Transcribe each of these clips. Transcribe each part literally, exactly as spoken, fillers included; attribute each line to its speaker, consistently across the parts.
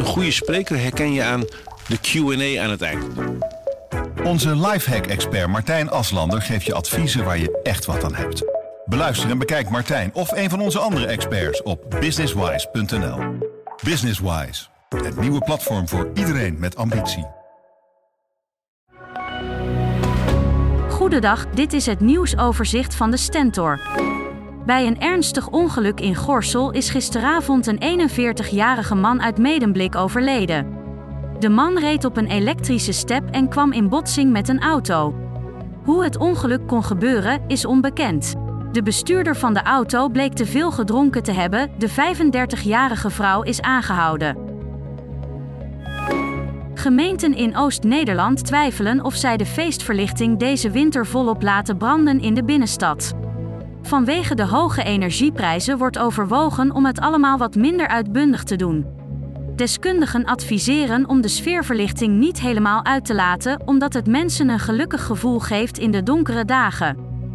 Speaker 1: goede spreker herken je aan de Q en A aan het eind.
Speaker 2: Onze lifehack-expert Martijn Aslander geeft je adviezen waar je echt wat aan hebt. Beluister en bekijk Martijn of een van onze andere experts op businesswise punt n l. Businesswise, het nieuwe platform voor iedereen met ambitie.
Speaker 3: Goedendag, dit is het nieuwsoverzicht van de Stentor. Bij een ernstig ongeluk in Gorssel is gisteravond een eenenveertigjarige man uit Medemblik overleden. De man reed op een elektrische step en kwam in botsing met een auto. Hoe het ongeluk kon gebeuren, is onbekend. De bestuurder van de auto bleek te veel gedronken te hebben, de vijfendertigjarige vrouw is aangehouden. Gemeenten in Oost-Nederland twijfelen of zij de feestverlichting deze winter volop laten branden in de binnenstad. Vanwege de hoge energieprijzen wordt overwogen om het allemaal wat minder uitbundig te doen. Deskundigen adviseren om de sfeerverlichting niet helemaal uit te laten, omdat het mensen een gelukkig gevoel geeft in de donkere dagen.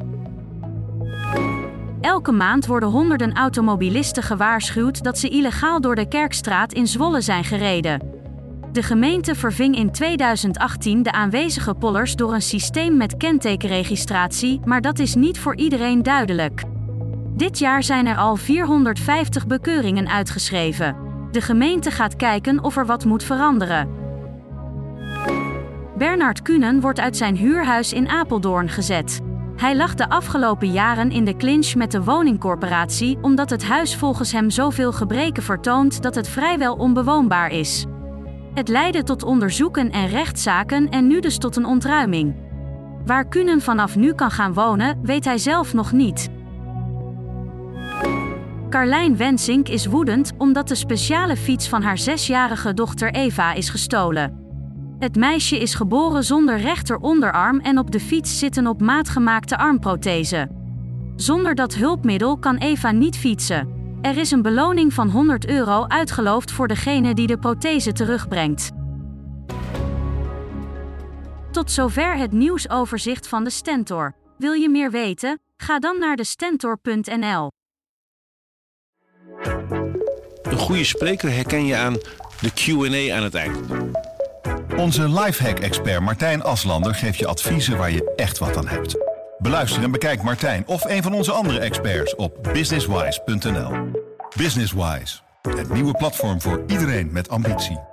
Speaker 3: Elke maand worden honderden automobilisten gewaarschuwd dat ze illegaal door de Kerkstraat in Zwolle zijn gereden. De gemeente verving in tweeduizend achttien de aanwezige pollers door een systeem met kentekenregistratie, maar dat is niet voor iedereen duidelijk. Dit jaar zijn er al vierhonderdvijftig bekeuringen uitgeschreven. De gemeente gaat kijken of er wat moet veranderen. Bernard Kuenen wordt uit zijn huurhuis in Apeldoorn gezet. Hij lag de afgelopen jaren in de clinch met de woningcorporatie omdat het huis volgens hem zoveel gebreken vertoont dat het vrijwel onbewoonbaar is. Het leidde tot onderzoeken en rechtszaken en nu dus tot een ontruiming. Waar Kuenen vanaf nu kan gaan wonen, weet hij zelf nog niet. Carlijn Wensink is woedend omdat de speciale fiets van haar zesjarige dochter Eva is gestolen. Het meisje is geboren zonder rechteronderarm en op de fiets zit een op maat gemaakte armprothese. Zonder dat hulpmiddel kan Eva niet fietsen. Er is een beloning van honderd euro uitgeloofd voor degene die de prothese terugbrengt. Tot zover het nieuwsoverzicht van de Stentor. Wil je meer weten? Ga dan naar de stentor punt n l.
Speaker 1: Een goede spreker herken je aan de Q en A aan het eind.
Speaker 2: Onze lifehack-expert Martijn Aslander geeft je adviezen waar je echt wat aan hebt. Beluister en bekijk Martijn of een van onze andere experts op businesswise punt n l. Businesswise, het nieuwe platform voor iedereen met ambitie.